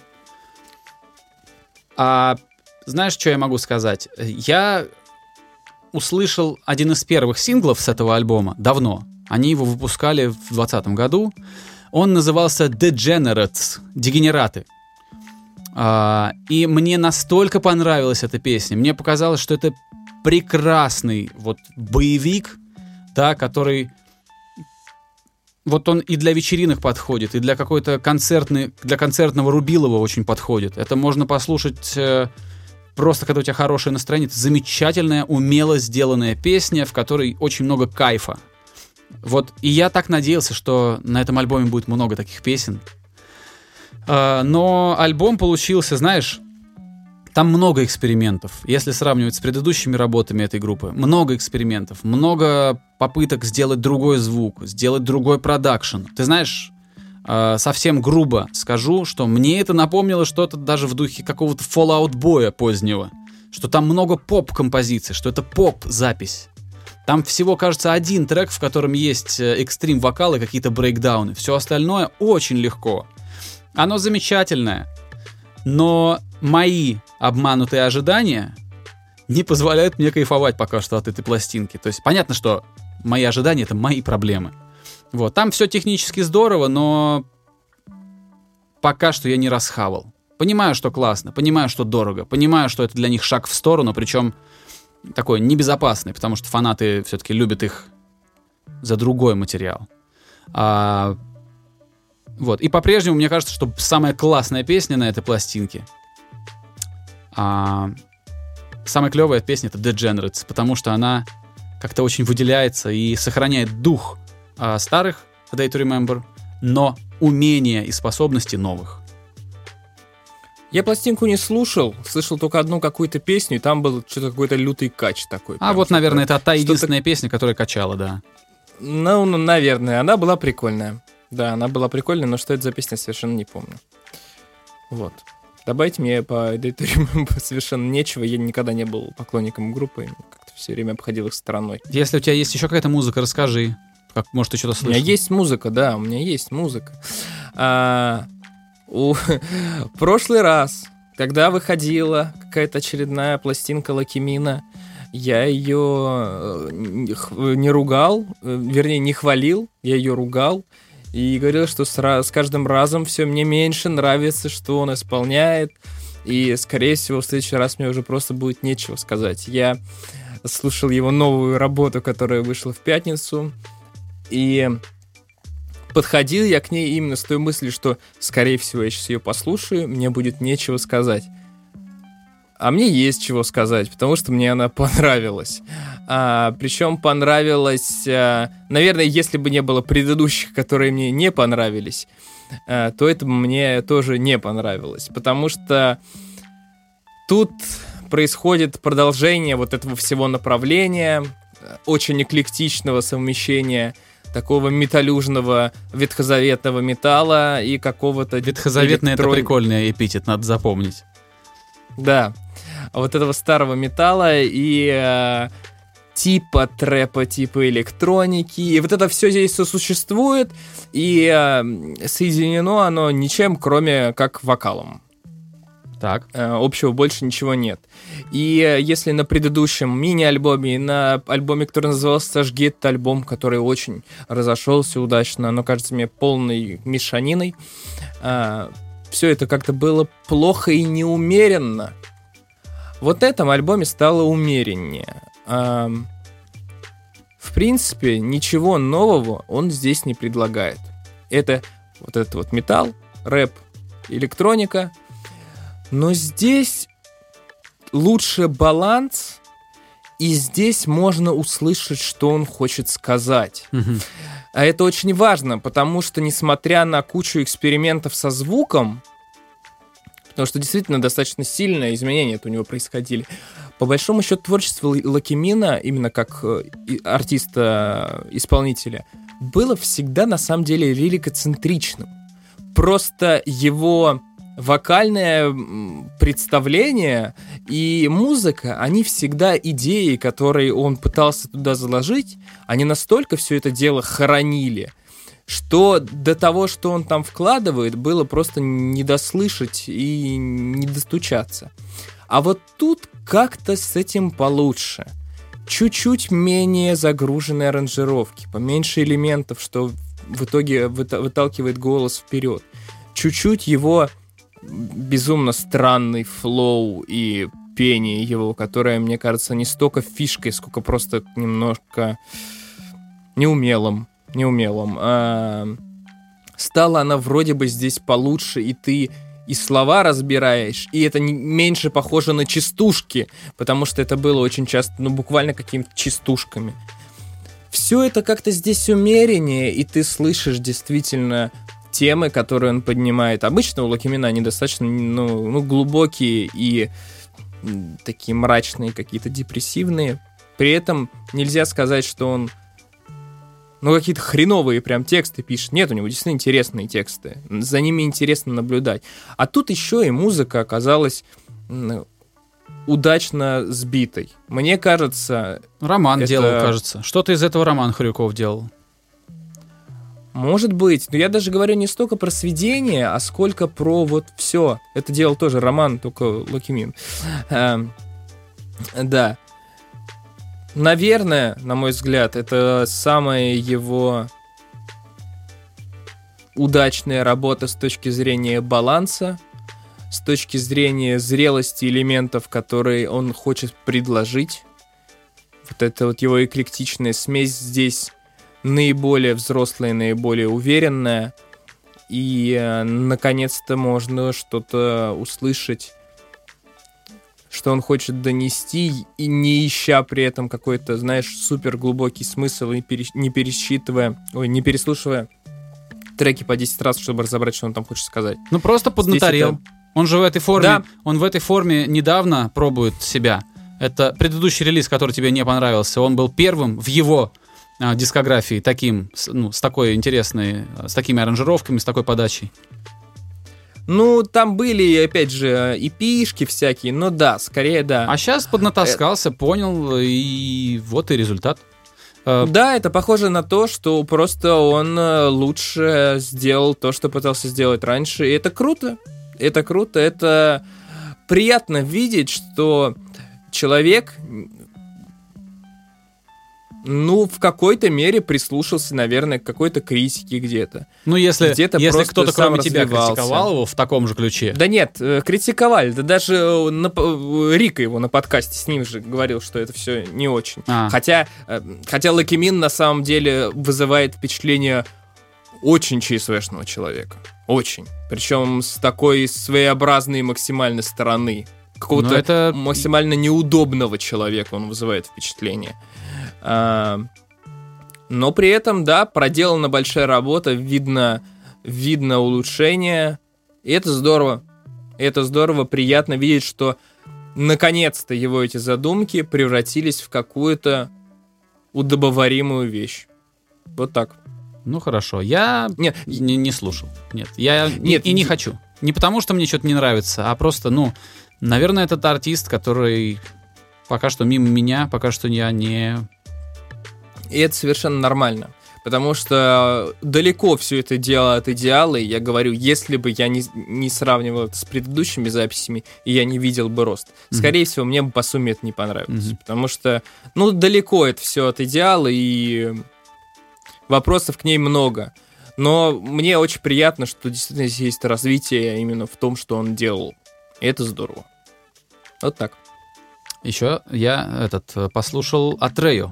А знаешь, что я могу сказать? Я услышал один из первых синглов с этого альбома давно. Они его выпускали в двадцатом году. Он назывался Degenerates, Дегенераты. А, и мне настолько понравилась эта песня. Мне показалось, что это прекрасный вот боевик, да, который... Вот он и для вечеринок подходит, и для какой-то концертной, для концертного рубилова очень подходит. Это можно послушать э, просто, когда у тебя хорошее настроение. Это замечательная, умело сделанная песня, в которой очень много кайфа. Вот, и я так надеялся, что на этом альбоме будет много таких песен. Э, но альбом получился, знаешь, там много экспериментов. Если сравнивать с предыдущими работами этой группы, много экспериментов, много попыток сделать другой звук, сделать другой продакшн. Ты знаешь, э, совсем грубо скажу, что мне это напомнило что-то даже в духе какого-то Fall Out Boy позднего, что там много поп-композиций, что это поп-запись. Там всего, кажется, один трек, в котором есть экстрим-вокалы, какие-то брейкдауны. Все остальное очень легко. Оно замечательное, но мои обманутые ожидания не позволяют мне кайфовать пока что от этой пластинки. То есть понятно, что мои ожидания — это мои проблемы. Вот. Там все технически здорово, но пока что я не расхавал. Понимаю, что классно, понимаю, что дорого, понимаю, что это для них шаг в сторону, причем такой небезопасный, потому что фанаты все-таки любят их за другой материал. А, вот. И по-прежнему мне кажется, что самая классная песня на этой пластинке, а, самая клевая песня — это Degenerates, потому что она как-то очень выделяется и сохраняет дух а, старых A Day to Remember, но умения и способности новых. Я пластинку не слушал, слышал только одну какую-то песню, и там был что-то какой-то лютый кач такой. А вот, наверное, это та единственная песня, которая качала, да. Ну, ну, наверное, она была прикольная. Да, она была прикольная, но что это за песня, совершенно не помню. Вот. Добавить мне по A Day to Remember совершенно нечего, я никогда не был поклонником группы, как-то все время обходил их стороной. Если у тебя есть еще какая-то музыка, расскажи. Как, может, ты что-то слышал? У меня есть музыка, да, у меня есть музыка. А... У... прошлый раз, когда выходила какая-то очередная пластинка Лакимина, я ее не ругал, вернее, не хвалил, я ее ругал и говорил, что с, раз... с каждым разом все мне меньше нравится, что он исполняет, и, скорее всего, в следующий раз мне уже просто будет нечего сказать. Я слушал его новую работу, которая вышла в пятницу, и... подходил я к ней именно с той мыслью, что, скорее всего, я сейчас ее послушаю, мне будет нечего сказать. А мне есть чего сказать, потому что мне она понравилась. А, причем понравилась, а, наверное, если бы не было предыдущих, которые мне не понравились, а, то это бы мне тоже не понравилось. Потому что тут происходит продолжение вот этого всего направления, очень эклектичного совмещения такого металлюжного ветхозаветного металла и какого-то... Ветхозаветный электрон... — это прикольный эпитет, надо запомнить. Да. Вот этого старого металла и э, типа трэпа, типа электроники. И вот это все здесь сосуществует, и э, соединено оно ничем, кроме как вокалом. Так. Общего больше ничего нет. И если на предыдущем мини-альбоме, на альбоме, который назывался «Сожги», это альбом, который очень разошелся удачно, но кажется мне полной мешаниной, все это как-то было плохо и неумеренно. Вот в этом альбоме стало умереннее. В принципе, ничего нового он здесь не предлагает. Это вот этот вот металл, рэп, электроника. Но здесь лучше баланс, и здесь можно услышать, что он хочет сказать. Mm-hmm. А это очень важно, потому что, несмотря на кучу экспериментов со звуком, потому что действительно достаточно сильные изменения у него происходили, по большому счету творчество Лакимина, именно как артиста-исполнителя, было всегда на самом деле лирикоцентричным. Просто его... вокальное представление и музыка, они всегда идеи, которые он пытался туда заложить, они настолько все это дело хоронили, что до того, что он там вкладывает, было просто не дослышать и не достучаться. А вот тут как-то с этим получше. Чуть-чуть менее загруженные аранжировки, поменьше элементов, что в итоге выталкивает голос вперед. Чуть-чуть его безумно странный флоу и пение его, которое, мне кажется, не столько фишкой, сколько просто немножко неумелым. Неумелым. А, стала она вроде бы здесь получше, и ты и слова разбираешь, и это не, меньше похоже на частушки, потому что это было очень часто, ну, буквально какими-то частушками. Все это как-то здесь умереннее, и ты слышишь действительно темы, которые он поднимает. Обычно у Локимина они достаточно ну, ну, глубокие и такие мрачные, какие-то депрессивные. При этом нельзя сказать, что он ну, какие-то хреновые прям тексты пишет. Нет, у него действительно интересные тексты. За ними интересно наблюдать. А тут еще и музыка оказалась удачно сбитой. Мне кажется... Роман это... делал, кажется. Что-то из этого Роман Хрюков делал. Может быть. Но я даже говорю не столько про сведения, а сколько про вот все. Это делал тоже Роман, только Локимин. Эм, да. Наверное, на мой взгляд, это самая его удачная работа с точки зрения баланса, с точки зрения зрелости элементов, которые он хочет предложить. Вот эта вот его эклектичная смесь здесь наиболее взрослая, наиболее уверенная. И, э, наконец-то, можно что-то услышать, что он хочет донести, и не ища при этом какой-то, знаешь, супер глубокий смысл, и пере, не пересчитывая, ой, не переслушивая треки по десять раз, чтобы разобрать, что он там хочет сказать. Ну, просто поднаторел. Это... Он же в этой форме, да. он в этой форме недавно пробует себя. Это предыдущий релиз, который тебе не понравился. Он был первым в его а, дискографии таким, ну, с такой интересной, с такими аранжировками, с такой подачей. Ну, там были, опять же, и пишки всякие, но да, скорее да. А сейчас поднатаскался, понял, и вот и результат. Да, это похоже на то, что просто он лучше сделал то, что пытался сделать раньше, и это круто. Это круто, это приятно видеть, что человек, ну, в какой-то мере прислушался, наверное, к какой-то критике где-то. Ну, если, где-то если кто-то, кроме тебя, развивался. критиковал его в таком же ключе. Да нет, критиковали. Да даже на, Рика его на подкасте с ним же говорил, что это все не очень. А. Хотя, хотя Локимин на самом деле вызывает впечатление очень ЧСВшного человека. Очень. Причем с такой своеобразной максимальной стороны. Какого-то это... максимально неудобного человека он вызывает впечатление. А, но при этом, да, проделана большая работа, видно, видно улучшение. И это здорово. Это здорово, приятно видеть, что наконец-то его эти задумки превратились в какую-то удобоваримую вещь. Вот так. Ну хорошо, я Нет. Не, не слушал. Нет, я Нет, и не хочу. Не потому, что мне что-то не нравится, а просто, ну, наверное, этот артист, который пока что мимо меня, пока что я не... И это совершенно нормально. Потому что далеко все это дело от идеала. И я говорю, если бы я не, не сравнивал это с предыдущими записями, и я не видел бы рост, mm-hmm. скорее всего, мне бы по сумме это не понравилось. Mm-hmm. Потому что, ну, далеко это все от идеала, и вопросов к ней много. Но мне очень приятно, что действительно здесь есть развитие именно в том, что он делал. И это здорово. Вот так. Еще я этот послушал Атрею.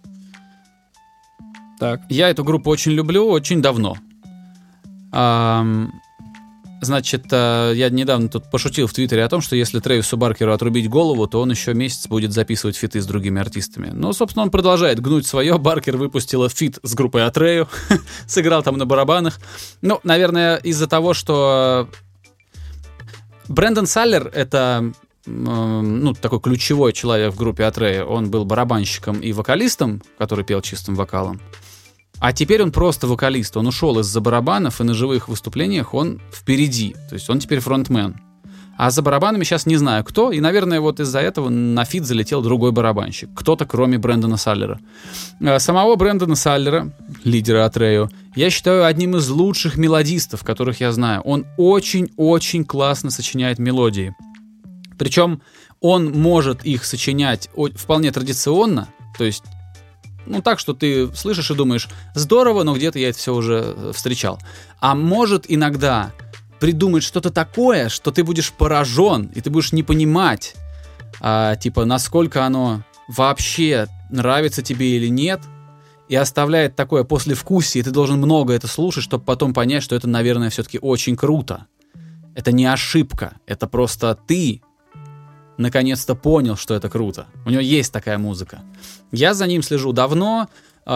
Так. Я эту группу очень люблю, очень давно. А, значит, я недавно тут пошутил в Твиттере о том, что если Трэвису Баркеру отрубить голову, то он еще месяц будет записывать фиты с другими артистами. Ну, собственно, он продолжает гнуть свое. Баркер выпустила фит с группой Атрею, сыграл там на барабанах. Ну, наверное, из-за того, что Брэндон Саллер — это... ну, такой ключевой человек в группе Атрея. Он был барабанщиком и вокалистом, который пел чистым вокалом. А теперь он просто вокалист. Он ушел из-за барабанов, и на живых выступлениях он впереди. То есть он теперь фронтмен. А за барабанами сейчас не знаю кто. И, наверное, вот из-за этого на фит залетел другой барабанщик. Кто-то, кроме Брэндона Саллера. Самого Брэндона Саллера, лидера Атрею, я считаю одним из лучших мелодистов, которых я знаю. Он очень-очень классно сочиняет мелодии. Причем он может их сочинять вполне традиционно, то есть, ну так, что ты слышишь и думаешь, здорово, но где-то я это все уже встречал. А может иногда придумать что-то такое, что ты будешь поражен, и ты будешь не понимать, а, типа, насколько оно вообще нравится тебе или нет, и оставляет такое послевкусие, и ты должен много это слушать, чтобы потом понять, что это, наверное, все-таки очень круто. Это не ошибка, это просто ты наконец-то понял, что это круто. У него есть такая музыка. Я за ним слежу давно.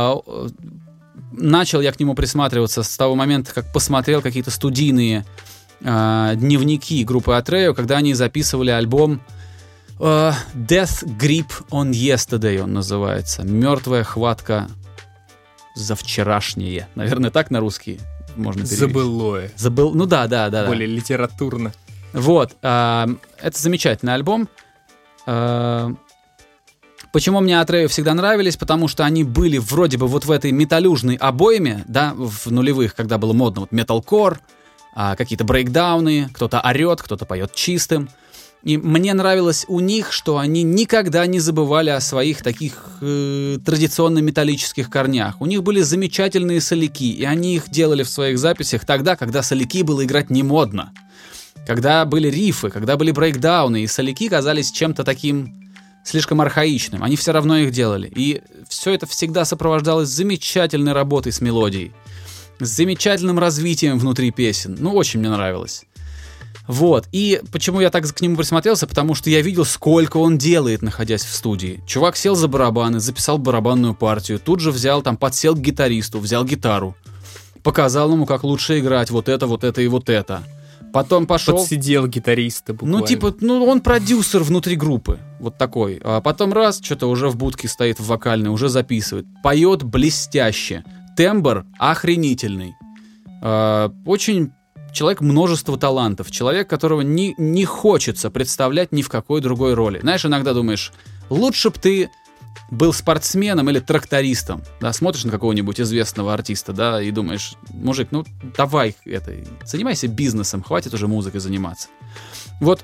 Начал я к нему присматриваться с того момента, как посмотрел какие-то студийные э, дневники группы Atreyu, когда они записывали альбом э, Death Grip on Yesterday, он называется. Мертвая хватка за вчерашнее. Наверное, так на русский можно перевести. Забылое. Забыл... Ну да, да, да. Более да. литературно. Вот. Э, это замечательный альбом. Э, Почему мне Atreyu всегда нравились? Потому что они были вроде бы вот в этой металлюжной обойме, да, в нулевых, когда было модно, вот металкор, а, какие-то брейкдауны, кто-то орет, кто-то поет чистым. И мне нравилось у них, что они никогда не забывали о своих таких э, традиционно металлических корнях. У них были замечательные соляки, и они их делали в своих записях тогда, когда соляки было играть не модно. Когда были рифы, когда были брейкдауны, и соляки казались чем-то таким слишком архаичным. Они все равно их делали. И все это всегда сопровождалось замечательной работой с мелодией, с замечательным развитием внутри песен. Ну, очень мне нравилось. Вот. И почему я так к нему присмотрелся? Потому что я видел, сколько он делает, находясь в студии. Чувак сел за барабаны, записал барабанную партию, тут же взял, там, подсел к гитаристу, взял гитару, показал ему, как лучше играть вот это, вот это и вот это. Потом пошел... Подсидел гитариста буквально. Ну, типа, ну, он продюсер внутри группы. Вот такой. А потом раз, что-то уже в будке стоит в вокальной, уже записывает. Поет блестяще. Тембр охренительный. А, очень человек множества талантов. Человек, которого не, не хочется представлять ни в какой другой роли. Знаешь, иногда думаешь, лучше бы ты был спортсменом или трактористом, да, смотришь на какого-нибудь известного артиста, да, и думаешь, мужик, ну, давай это, занимайся бизнесом, хватит уже музыкой заниматься. Вот.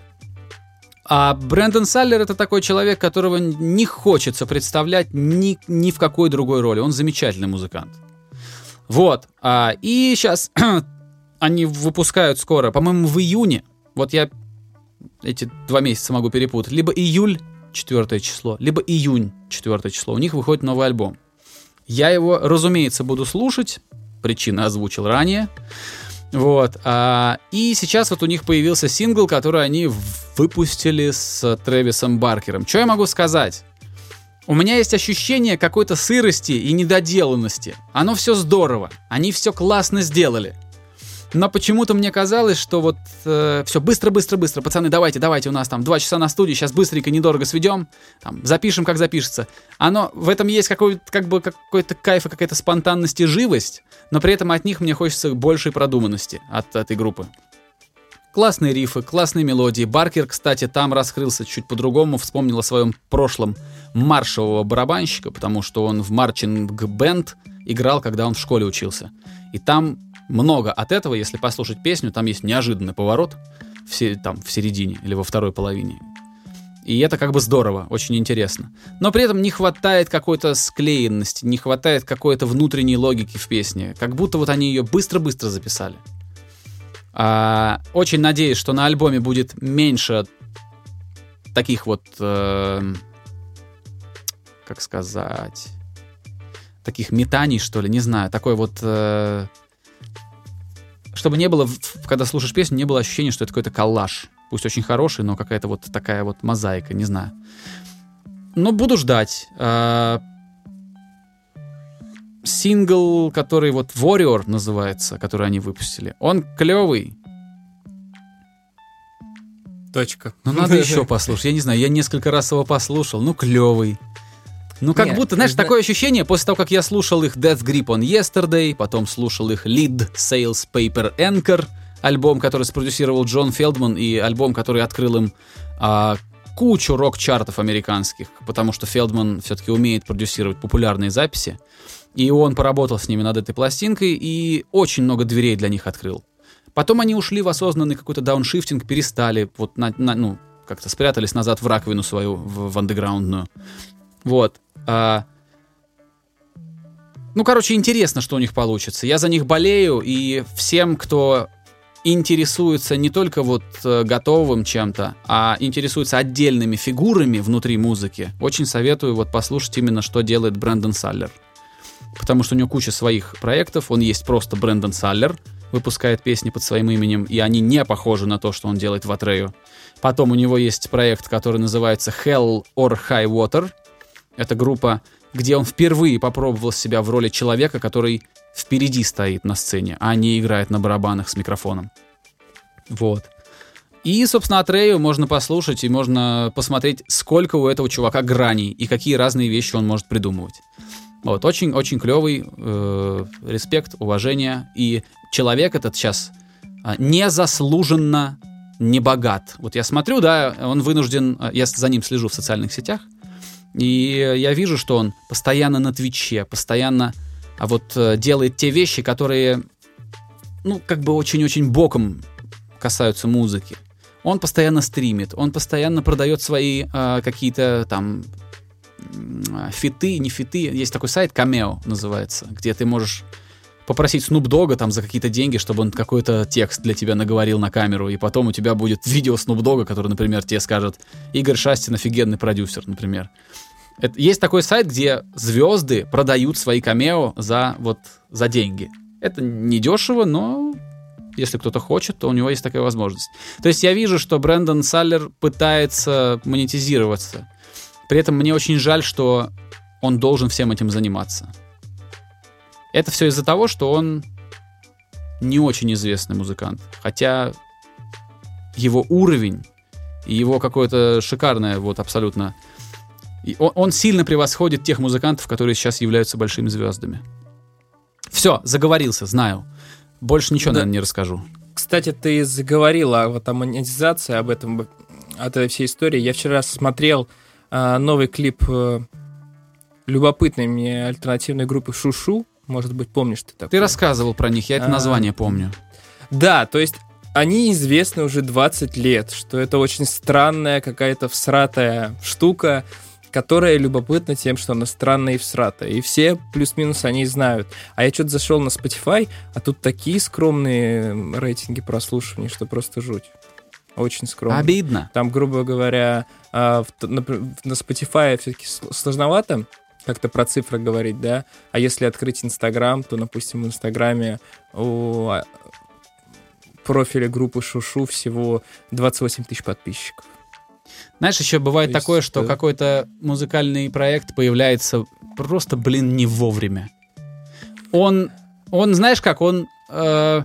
А Брэндон Саллер — это такой человек, которого не хочется представлять ни, ни в какой другой роли. Он замечательный музыкант. Вот. А, и сейчас они выпускают скоро, по-моему, в июне, вот я эти два месяца могу перепутать, либо июль, четвертое число, либо июнь, четвертое число. У них выходит новый альбом. Я его, разумеется, буду слушать. Причины озвучил ранее. Вот. А, и сейчас вот у них появился сингл, который они выпустили с Трэвисом Баркером. Что я могу сказать? У меня есть ощущение какой-то сырости и недоделанности. Оно все здорово. Они все классно сделали. Но почему-то мне казалось, что вот э, все быстро-быстро-быстро. Пацаны, давайте, давайте, у нас там два часа на студии, сейчас быстренько, недорого сведем, там, запишем, как запишется. Оно, в этом есть какой-то, как бы, какой-то кайф и какая-то спонтанность и живость, но при этом от них мне хочется большей продуманности от этой группы. Классные рифы, классные мелодии. Баркер, кстати, там раскрылся чуть по-другому, вспомнил о своем прошлом маршевого барабанщика, потому что он в марчинг-бенд играл, когда он в школе учился. И там много от этого, если послушать песню, там есть неожиданный поворот в, се- там, в середине или во второй половине. И это как бы здорово, очень интересно. Но при этом не хватает какой-то склеенности, не хватает какой-то внутренней логики в песне. Как будто вот они ее быстро-быстро записали. А, очень надеюсь, что на альбоме будет меньше таких вот, э, как сказать, таких метаний, что ли, не знаю, такой вот... Э, чтобы не было, когда слушаешь песню, не было ощущения, что это какой-то коллаж. Пусть очень хороший, но какая-то вот такая вот мозаика, не знаю. Но буду ждать. А, сингл, который вот Warrior называется, который они выпустили, он клевый. Точка. Ну, надо еще послушать. Я не знаю, я несколько раз его послушал. Ну, клевый. Ну, как Нет, будто, знаешь, это... такое ощущение, после того, как я слушал их Death Grip on Yesterday, потом слушал их Lead Sales Paper Anchor, альбом, который спродюсировал Джон Фелдман, и альбом, который открыл им а, кучу рок-чартов американских, потому что Фелдман все-таки умеет продюсировать популярные записи, и он поработал с ними над этой пластинкой, и очень много дверей для них открыл. Потом они ушли в осознанный какой-то дауншифтинг, перестали, вот, на, на, ну, как-то спрятались назад в раковину свою, в, в андеграундную. Вот. А... Ну, короче, интересно, что у них получится. Я за них болею, и всем, кто интересуется не только вот готовым чем-то, а интересуется отдельными фигурами внутри музыки, очень советую вот послушать именно, что делает Брэндон Саллер. Потому что у него куча своих проектов, он есть просто Брэндон Саллер, выпускает песни под своим именем, и они не похожи на то, что он делает в Атрею. Потом у него есть проект, который называется Hell or High Water. Это группа, где он впервые попробовал себя в роли человека, который впереди стоит на сцене, а не играет на барабанах с микрофоном. Вот. И, собственно, Атрею можно послушать, и можно посмотреть, сколько у этого чувака граней, и какие разные вещи он может придумывать. Вот, очень-очень клевый, э, респект, уважение. И человек этот сейчас э, незаслуженно не богат. Вот я смотрю, да, он вынужден, э, я за ним слежу в социальных сетях, и я вижу, что он постоянно на Твиче, постоянно э, вот э, делает те вещи, которые, ну, как бы очень-очень боком касаются музыки. Он постоянно стримит, он постоянно продает свои э, какие-то там фиты, не фиты. Есть такой сайт, Cameo называется, где ты можешь попросить Snoop Dogg там за какие-то деньги, чтобы он какой-то текст для тебя наговорил на камеру, и потом у тебя будет видео Snoop Dogg, который, например, тебе скажет: Игорь Шастин офигенный продюсер, например. Это, есть такой сайт, где звезды продают свои камео за, вот, за деньги. Это недешево, но если кто-то хочет, то у него есть такая возможность. То есть я вижу, что Брэндон Саллер пытается монетизироваться. При этом мне очень жаль, что он должен всем этим заниматься. Это все из-за того, что он не очень известный музыкант. Хотя его уровень и его какое-то шикарное, вот абсолютно... Он, он сильно превосходит тех музыкантов, которые сейчас являются большими звездами. Все, заговорился, знаю. Больше ничего, да, наверное, не расскажу. Кстати, ты заговорила вот о монетизации, об этом, от этой всей истории. Я вчера смотрел а, новый клип а, любопытной мне альтернативной группы Шушу. Может быть, помнишь ты такое? Ты рассказывал про них, я это а, название помню. Да, то есть они известны уже двадцать лет, что это очень странная какая-то всратая штука, которая любопытна тем, что она странная и всратая. И все плюс-минус они знают. А я что-то зашел на Spotify, а тут такие скромные рейтинги прослушивания, что просто жуть. Очень скромно. Обидно. Там, грубо говоря, на Spotify все-таки сложновато как-то про цифры говорить, да? А если открыть Инстаграм, то, допустим, в Инстаграме у профиля группы Шушу всего двадцать восемь тысяч подписчиков. Знаешь, еще бывает есть, такое, что да. какой-то музыкальный проект появляется просто, блин, не вовремя. Он, он знаешь как, он э,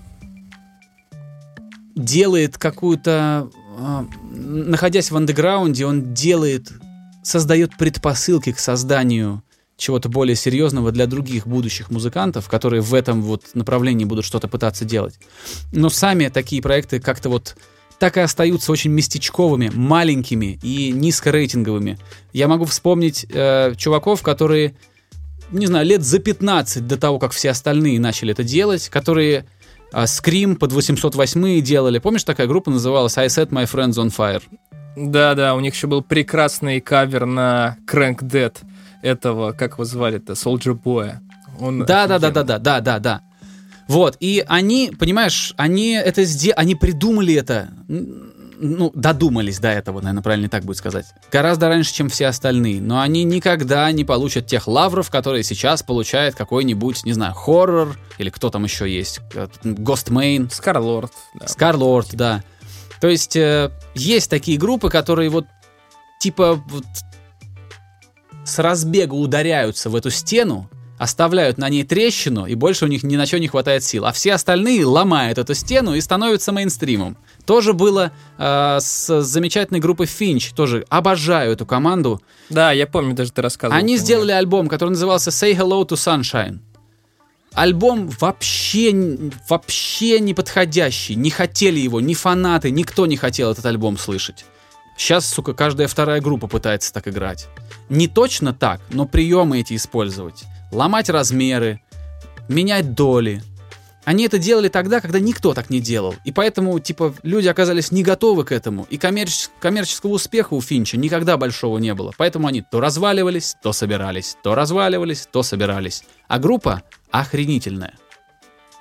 делает какую-то... Э, находясь в андеграунде, он делает... создает предпосылки к созданию чего-то более серьезного для других будущих музыкантов, которые в этом вот направлении будут что-то пытаться делать. Но сами такие проекты как-то вот так и остаются очень местечковыми, маленькими и низкорейтинговыми. Я могу вспомнить э, чуваков, которые, не знаю, лет за пятнадцать до того, как все остальные начали это делать, которые э, Scream под восемьсот восемь делали. Помнишь, такая группа называлась I Set My Friends on Fire? Да-да, у них еще был прекрасный кавер на Crank Dead этого, как его звали-то, Soulja Boy. Да-да-да-да-да-да-да-да. Вот, и они, понимаешь, они это сделали, они придумали это, ну, додумались до этого, наверное, правильно так будет сказать, гораздо раньше, чем все остальные, но они никогда не получат тех лавров, которые сейчас получает какой-нибудь, не знаю, хоррор, или кто там еще есть, Ghostmain. Скарлорд. Да. Скарлорд, да. То есть э, есть такие группы, которые вот типа вот, с разбега ударяются в эту стену, оставляют на ней трещину, и больше у них ни на что не хватает сил. А все остальные ломают эту стену и становятся мейнстримом. Тоже было э, с замечательной группой Finch. Тоже обожаю эту команду. Да, я помню, даже ты рассказывал. Они сделали альбом, который назывался Say Hello to Sunshine. Альбом вообще, вообще не подходящий. Не хотели его ни фанаты, никто не хотел этот альбом слышать. Сейчас, сука, каждая вторая группа пытается так играть. Не точно так, но приемы эти использовать. Ломать размеры, менять доли. Они это делали тогда, когда никто так не делал. И поэтому, типа, люди оказались не готовы к этому. И коммерчес- коммерческого успеха у Финча никогда большого не было. Поэтому они то разваливались, то собирались. То разваливались, то собирались. А группа охренительная.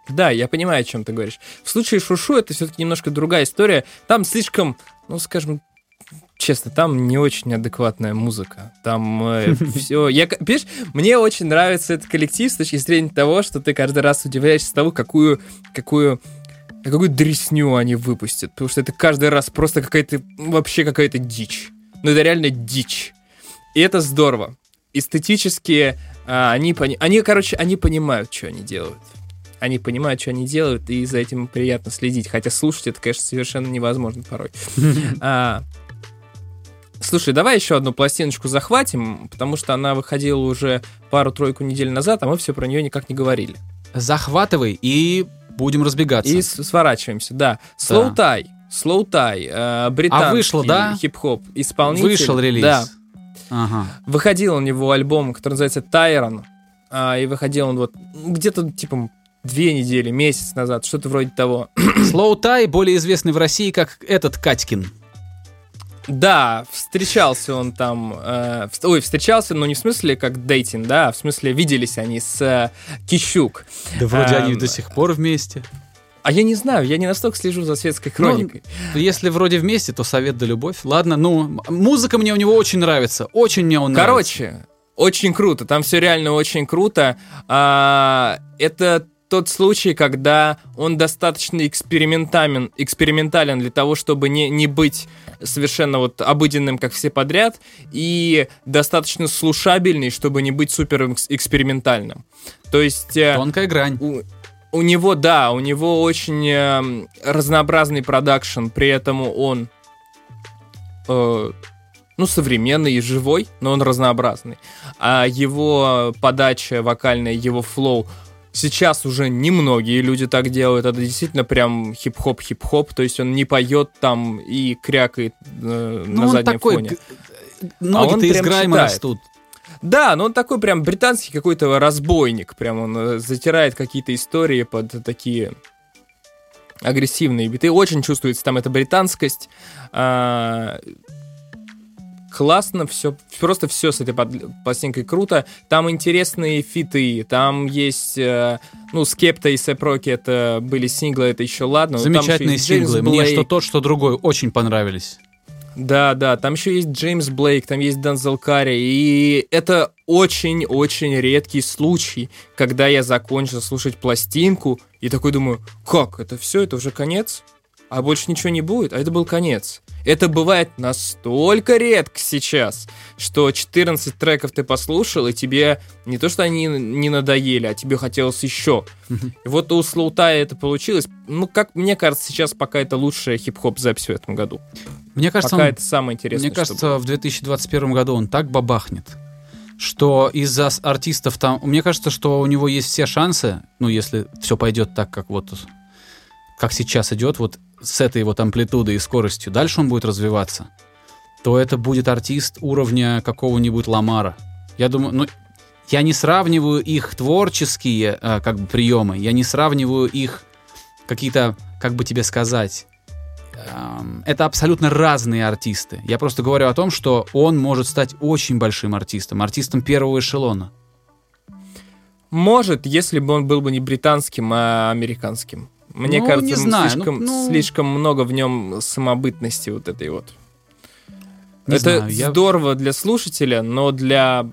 Да, я понимаю, о чем ты говоришь. В случае Шушу это все-таки немножко другая история. Там слишком, ну, скажем, честно, там не очень адекватная музыка. Там э, все... Я, понимаешь, мне очень нравится этот коллектив с точки зрения того, что ты каждый раз удивляешься того, какую, какую, какую дресню они выпустят. Потому что это каждый раз просто какая-то, вообще какая-то дичь. Ну, это реально дичь. И это здорово. Эстетически а, они, пони... они, короче, они понимают, что они делают. Они понимают, что они делают, и за этим приятно следить. Хотя слушать это, конечно, совершенно невозможно порой. а, слушай, давай еще одну пластиночку захватим, потому что она выходила уже пару-тройку недель назад, а мы все про нее никак не говорили. Захватывай, и будем разбегаться. И с- сворачиваемся, да. Slow Tie. Slow Tie. Э, британский а вышло, да? хип-хоп исполнитель. Вышел релиз. Да. Ага. Выходил у него альбом, который называется Tyrant. А, и выходил он вот где-то, типа, две недели, месяц назад, что-то вроде того. Slow Tie, более известный в России как этот Катькин. Да, встречался он там, э, в- ой, встречался, но не в смысле как дейтинг, да, а в смысле виделись они с э, Кищук. Да вроде Эм, они до сих пор вместе. А я не знаю, я не настолько слежу за светской хроникой. Ну, если вроде вместе, то совет да любовь. Ладно, ну, музыка мне у него очень нравится. Очень мне он нравится. Короче, очень круто, там все реально очень круто. А, это тот случай, когда он достаточно экспериментален, экспериментален для того, чтобы не, не быть совершенно вот обыденным, как все подряд, и достаточно слушабельный, чтобы не быть супер экс- экспериментальным. То есть... э, Тонкая грань. У, у него, да, у него очень э, разнообразный продакшн, при этом он, э, ну, современный и живой, но он разнообразный. А его подача вокальная, его флоу, сейчас уже немногие люди так делают, это действительно прям хип-хоп, хип-хоп, то есть он не поет там и крякает э, Ну, на он заднем такой, фоне. г- ноги-то он из прям грайма читает. растут. Да, но он такой прям британский какой-то разбойник. Прям он э, затирает какие-то истории под такие агрессивные биты. Очень чувствуется там эта британскость. А, классно все. Просто все с этой под- пластинкой круто. Там интересные фиты. Там есть... э, ну, Скепта и Сэп Роки это были синглы, это еще ладно. но там еще Замечательные есть Джеймс синглы. Мне Блейк. что тот, что другой очень понравились. Да, да, там еще есть Джеймс Блейк, там есть Дензел Карри, и это очень-очень редкий случай, когда я закончил слушать пластинку и такой думаю, как, это все, это уже конец? А больше ничего не будет? А это был конец. Это бывает настолько редко сейчас, что четырнадцать треков ты послушал, и тебе не то, что они не надоели, а тебе хотелось еще. И вот у Slow Tie это получилось. Ну, как мне кажется, сейчас пока это лучшая хип-хоп запись в этом году. Мне кажется, Пока он- это самое интересное. Мне кажется, что в две тысячи двадцать первом году он так бабахнет, что из-за с- артистов там... Мне кажется, что у него есть все шансы, ну, если все пойдет так, как вот как сейчас идет, вот с этой вот амплитудой и скоростью, дальше он будет развиваться, то это будет артист уровня какого-нибудь Ламара. Я думаю, ну, я не сравниваю их творческие э, как бы приемы, я не сравниваю их какие-то, как бы тебе сказать... Эм, Это абсолютно разные артисты. Я просто говорю о том, что он может стать очень большим артистом, артистом первого эшелона. Может, если бы он был бы не британским, а американским. Мне Ну, кажется, не м, знаю, слишком, ну, ну. слишком много в нем самобытности вот этой вот. Не Это знаю, я- здорово для слушателя, но для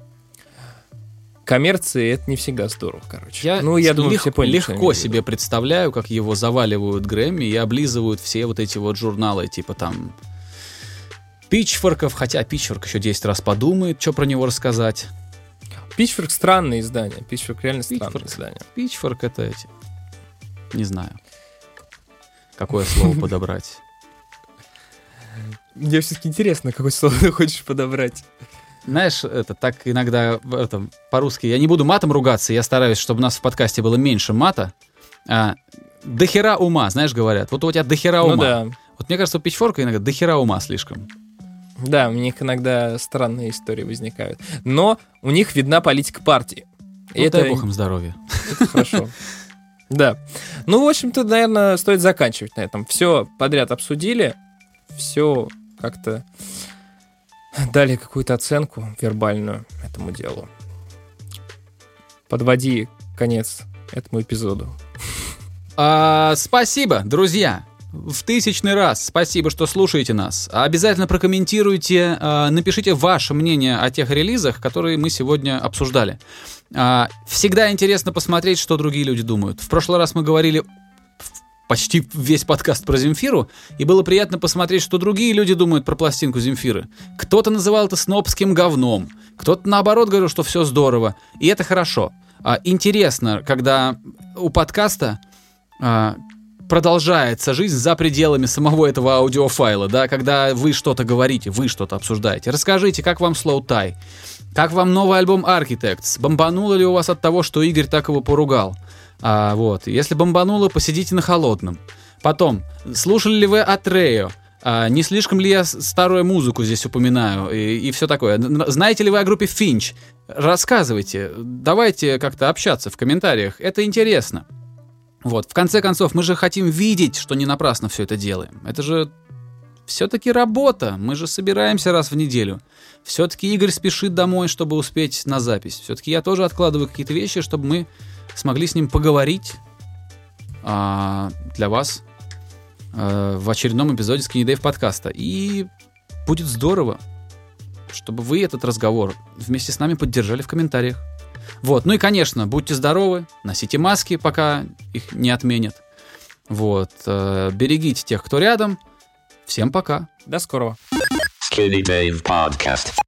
коммерции это не всегда здорово, короче. Я, ну, я думаю, лег- все поняли, что я легко имею в себе виду. представляю, как его заваливают Грэмми и облизывают все вот эти вот журналы, типа там Питчфорков, хотя Питчфорк еще десять раз подумает, что про него рассказать. Pitchfork странное издание. Pitchfork реально странное Pitchfork. издание. Питчфорк это эти... Не знаю, какое слово подобрать. Мне все-таки интересно, какое слово ты хочешь подобрать. Знаешь, это так иногда в этом, по-русски, я не буду матом ругаться, я стараюсь, чтобы у нас в подкасте было меньше мата. А, дохера ума, знаешь, говорят. Вот у тебя дохера ума. Ну да. Вот мне кажется, у Питчфорка иногда дохера ума слишком. Да, у них иногда странные истории возникают. Но у них видна политика партии. И Ну, это дай бог им здоровья. хорошо. Да. Ну, в общем-то, наверное, стоит заканчивать на этом. Все подряд обсудили, все как-то дали какую-то оценку вербальную этому делу. Подводи конец этому эпизоду. А, спасибо, друзья. В тысячный раз спасибо, что слушаете нас. Обязательно прокомментируйте, э, напишите ваше мнение о тех релизах, которые мы сегодня обсуждали. Э, всегда интересно посмотреть, что другие люди думают. В прошлый раз мы говорили почти весь подкаст про Земфиру, и было приятно посмотреть, что другие люди думают про пластинку Земфиры. Кто-то называл это снобским говном, кто-то наоборот говорил, что все здорово, и это хорошо. Э, интересно, когда у подкаста... Э, продолжается жизнь за пределами самого этого аудиофайла, да, когда вы что-то говорите, вы что-то обсуждаете. Расскажите, как вам Slow Tie, как вам новый альбом Architects, бомбануло ли у вас от того, что Игорь так его поругал, а, вот, если бомбануло, посидите на холодном. Потом, слушали ли вы Атрео, а, не слишком ли я старую музыку здесь упоминаю, и, и все такое. Знаете ли вы о группе Finch? Рассказывайте, давайте как-то общаться в комментариях, это интересно. Вот, в конце концов, мы же хотим видеть, что не напрасно все это делаем. Это же все-таки работа. Мы же собираемся раз в неделю. Все-таки Игорь спешит домой, чтобы успеть на запись. Все-таки я тоже откладываю какие-то вещи, чтобы мы смогли с ним поговорить а, для вас а, в очередном эпизоде Skinny Dave подкаста. И будет здорово, чтобы вы этот разговор вместе с нами поддержали в комментариях. Вот, ну и, конечно, будьте здоровы, носите маски, пока их не отменят. Вот, э, берегите тех, кто рядом. Всем пока. До скорого. Skinny Dave Podcast.